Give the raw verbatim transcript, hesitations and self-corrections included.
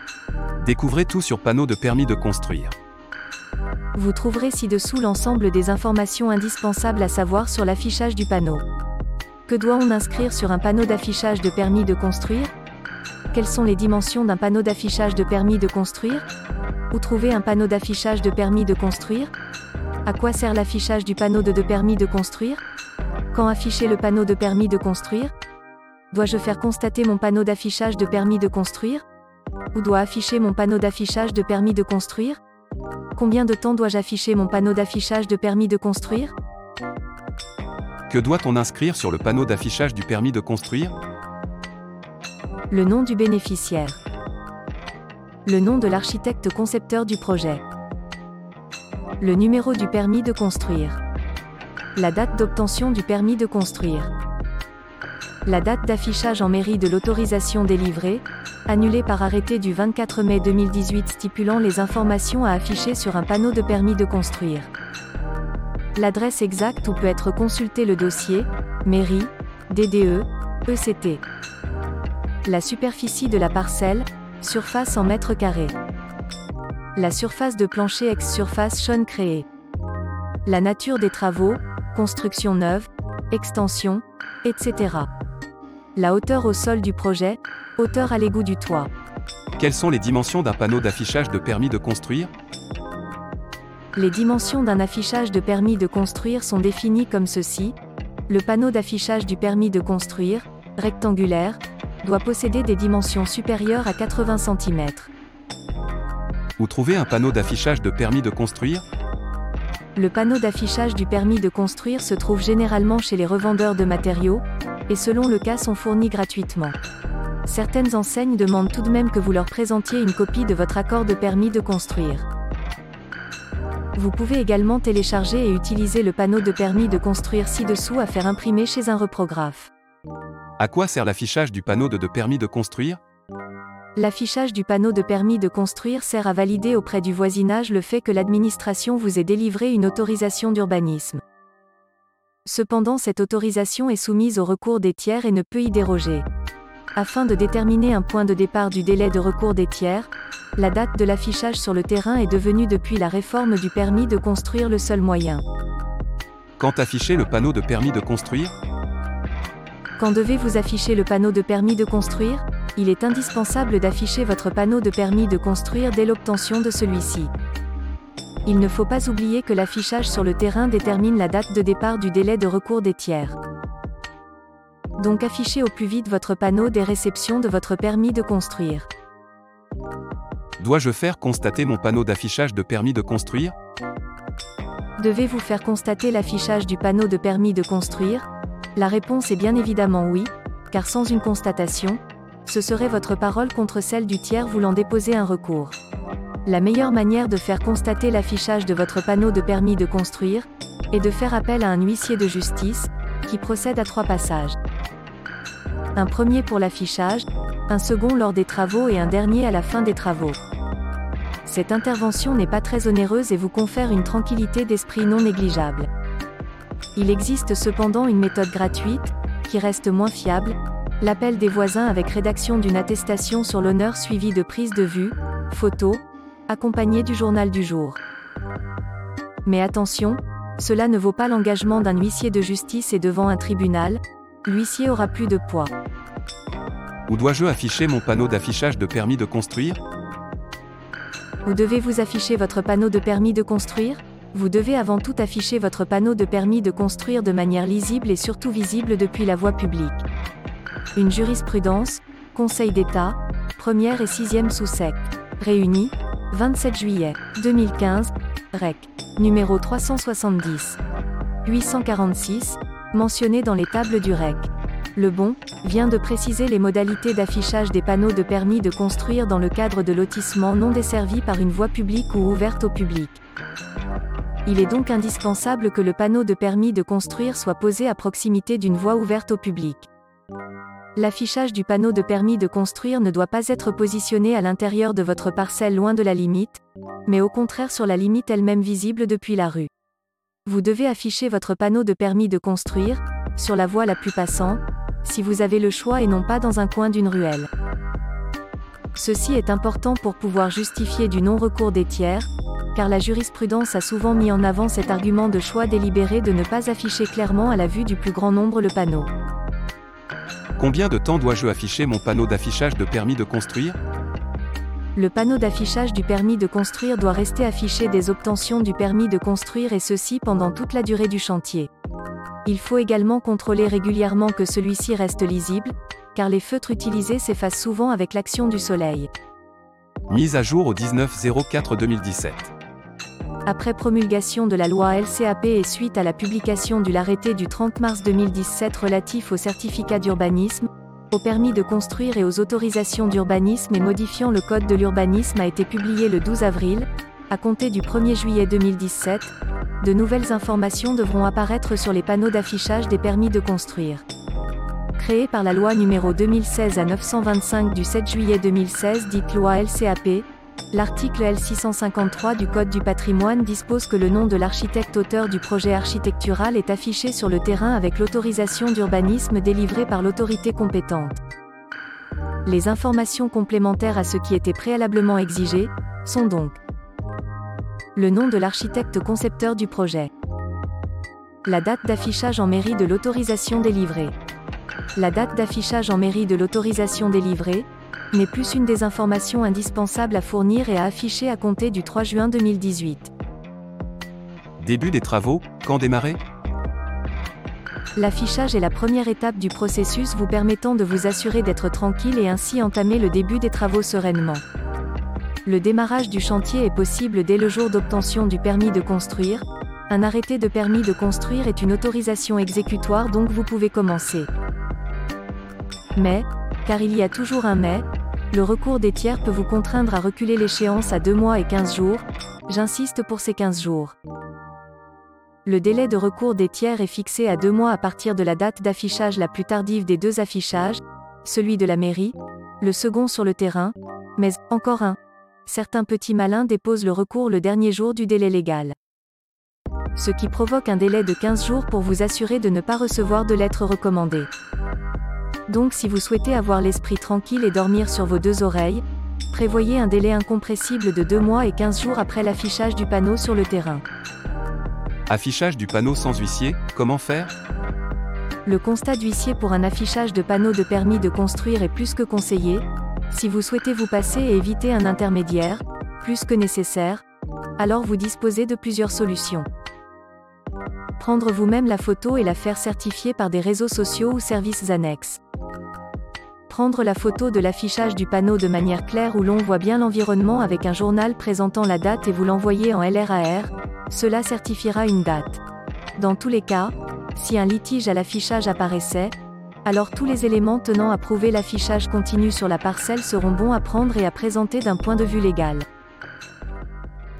Découvrez tout sur panneau de permis de construire. Vous trouverez ci-dessous l'ensemble des informations indispensables à savoir sur l'affichage du panneau. Que doit-on inscrire sur un panneau d'affichage de permis de construire? Quelles sont les dimensions d'un panneau d'affichage de permis de construire? Où trouver un panneau d'affichage de permis de construire? À quoi sert l'affichage du panneau de, de permis de construire? Quand afficher le panneau de permis de construire? Dois-je faire constater mon panneau d'affichage de permis de construire? Où doit afficher mon panneau d'affichage de permis de construire? Combien de temps dois-je afficher mon panneau d'affichage de permis de construire? Que doit-on inscrire sur le panneau d'affichage du permis de construire? Le nom du bénéficiaire. Le nom de l'architecte concepteur du projet. Le numéro du permis de construire. La date d'obtention du permis de construire. La date d'affichage en mairie de l'autorisation délivrée, annulée par arrêté du vingt-quatre mai deux mille dix-huit stipulant les informations à afficher sur un panneau de permis de construire. L'adresse exacte où peut être consulté le dossier, mairie, D D E, E C T. La superficie de la parcelle, surface en mètres carrés. La surface de plancher ex-surface Sean créée. La nature des travaux, construction neuve, extension, et cetera. La hauteur au sol du projet, hauteur à l'égout du toit. Quelles sont les dimensions d'un panneau d'affichage de permis de construire? Les dimensions d'un affichage de permis de construire sont définies comme ceci. Le panneau d'affichage du permis de construire, rectangulaire, doit posséder des dimensions supérieures à quatre-vingts centimètres. Où trouver un panneau d'affichage de permis de construire? Le panneau d'affichage du permis de construire se trouve généralement chez les revendeurs de matériaux, et selon le cas sont fournis gratuitement. Certaines enseignes demandent tout de même que vous leur présentiez une copie de votre accord de permis de construire. Vous pouvez également télécharger et utiliser le panneau de permis de construire ci-dessous à faire imprimer chez un reprographe. À quoi sert l'affichage du panneau de, de permis de construire? L'affichage du panneau de permis de construire sert à valider auprès du voisinage le fait que l'administration vous ait délivré une autorisation d'urbanisme. Cependant, cette autorisation est soumise au recours des tiers et ne peut y déroger. Afin de déterminer un point de départ du délai de recours des tiers, la date de l'affichage sur le terrain est devenue depuis la réforme du permis de construire le seul moyen. Quand afficher le panneau de permis de construire? Quand devez-vous afficher le panneau de permis de construire? Il est indispensable d'afficher votre panneau de permis de construire dès l'obtention de celui-ci. Il ne faut pas oublier que l'affichage sur le terrain détermine la date de départ du délai de recours des tiers. Donc affichez au plus vite votre panneau dès réception de votre permis de construire. Dois-je faire constater mon panneau d'affichage de permis de construire? Devez-vous faire constater l'affichage du panneau de permis de construire? La réponse est bien évidemment oui, car sans une constatation, ce serait votre parole contre celle du tiers voulant déposer un recours. La meilleure manière de faire constater l'affichage de votre panneau de permis de construire est de faire appel à un huissier de justice, qui procède à trois passages. Un premier pour l'affichage, un second lors des travaux et un dernier à la fin des travaux. Cette intervention n'est pas très onéreuse et vous confère une tranquillité d'esprit non négligeable. Il existe cependant une méthode gratuite, qui reste moins fiable, l'appel des voisins avec rédaction d'une attestation sur l'honneur suivie de prise de vue, photo, accompagnée du journal du jour. Mais attention, cela ne vaut pas l'engagement d'un huissier de justice et devant un tribunal, l'huissier aura plus de poids. Où dois-je afficher mon panneau d'affichage de permis de construire? Où devez-vous afficher votre panneau de permis de construire? Vous devez avant tout afficher votre panneau de permis de construire de manière lisible et surtout visible depuis la voie publique. Une jurisprudence, Conseil d'État, première et sixième sous-sec. Réunis, vingt-sept juillet deux mille quinze, Rec. Numéro trois cent soixante-dix. huit cent quarante-six, mentionné dans les tables du Rec. Le bon, vient de préciser les modalités d'affichage des panneaux de permis de construire dans le cadre de lotissements non desservis par une voie publique ou ouverte au public. Il est donc indispensable que le panneau de permis de construire soit posé à proximité d'une voie ouverte au public. L'affichage du panneau de permis de construire ne doit pas être positionné à l'intérieur de votre parcelle loin de la limite, mais au contraire sur la limite elle-même visible depuis la rue. Vous devez afficher votre panneau de permis de construire, sur la voie la plus passante, si vous avez le choix et non pas dans un coin d'une ruelle. Ceci est important pour pouvoir justifier du non-recours des tiers, car la jurisprudence a souvent mis en avant cet argument de choix délibéré de ne pas afficher clairement à la vue du plus grand nombre le panneau. Combien de temps dois-je afficher mon panneau d'affichage de permis de construire? Le panneau d'affichage du permis de construire doit rester affiché dès obtention du permis de construire et ceci pendant toute la durée du chantier. Il faut également contrôler régulièrement que celui-ci reste lisible, car les feutres utilisés s'effacent souvent avec l'action du soleil. Mise à jour au dix-neuf zéro quatre deux mille dix-sept. Après promulgation de la loi L C A P et suite à la publication de l'arrêté du trente mars deux mille dix-sept relatif aux certificats d'urbanisme, aux permis de construire et aux autorisations d'urbanisme et modifiant le code de l'urbanisme a été publié le douze avril, à compter du premier juillet deux mille dix-sept, de nouvelles informations devront apparaître sur les panneaux d'affichage des permis de construire. Créée par la loi numéro deux mille seize à neuf cent vingt-cinq du sept juillet deux mille seize dite loi L C A P, l'article L six cent cinquante-trois du Code du patrimoine dispose que le nom de l'architecte auteur du projet architectural est affiché sur le terrain avec l'autorisation d'urbanisme délivrée par l'autorité compétente. Les informations complémentaires à ce qui était préalablement exigé sont donc le nom de l'architecte concepteur du projet, la date d'affichage en mairie de l'autorisation délivrée. La date d'affichage en mairie de l'autorisation délivrée n'est plus une des informations indispensables à fournir et à afficher à compter du trois juin deux mille dix-huit. Début des travaux, quand démarrer? L'affichage est la première étape du processus vous permettant de vous assurer d'être tranquille et ainsi entamer le début des travaux sereinement. Le démarrage du chantier est possible dès le jour d'obtention du permis de construire. Un arrêté de permis de construire est une autorisation exécutoire donc vous pouvez commencer. Mais, car il y a toujours un mais, le recours des tiers peut vous contraindre à reculer l'échéance à deux mois et quinze jours, j'insiste pour ces quinze jours. Le délai de recours des tiers est fixé à deux mois à partir de la date d'affichage la plus tardive des deux affichages, celui de la mairie, le second sur le terrain, mais, encore un, certains petits malins déposent le recours le dernier jour du délai légal. Ce qui provoque un délai de quinze jours pour vous assurer de ne pas recevoir de lettres recommandées. Donc si vous souhaitez avoir l'esprit tranquille et dormir sur vos deux oreilles, prévoyez un délai incompressible de deux mois et quinze jours après l'affichage du panneau sur le terrain. Affichage du panneau sans huissier, comment faire? Le constat d'huissier pour un affichage de panneau de permis de construire est plus que conseillé, si vous souhaitez vous passer et éviter un intermédiaire, plus que nécessaire, alors vous disposez de plusieurs solutions. Prendre vous-même la photo et la faire certifier par des réseaux sociaux ou services annexes. Prendre la photo de l'affichage du panneau de manière claire où l'on voit bien l'environnement avec un journal présentant la date et vous l'envoyer en L R A R, cela certifiera une date. Dans tous les cas, si un litige à l'affichage apparaissait, alors tous les éléments tenant à prouver l'affichage continu sur la parcelle seront bons à prendre et à présenter d'un point de vue légal.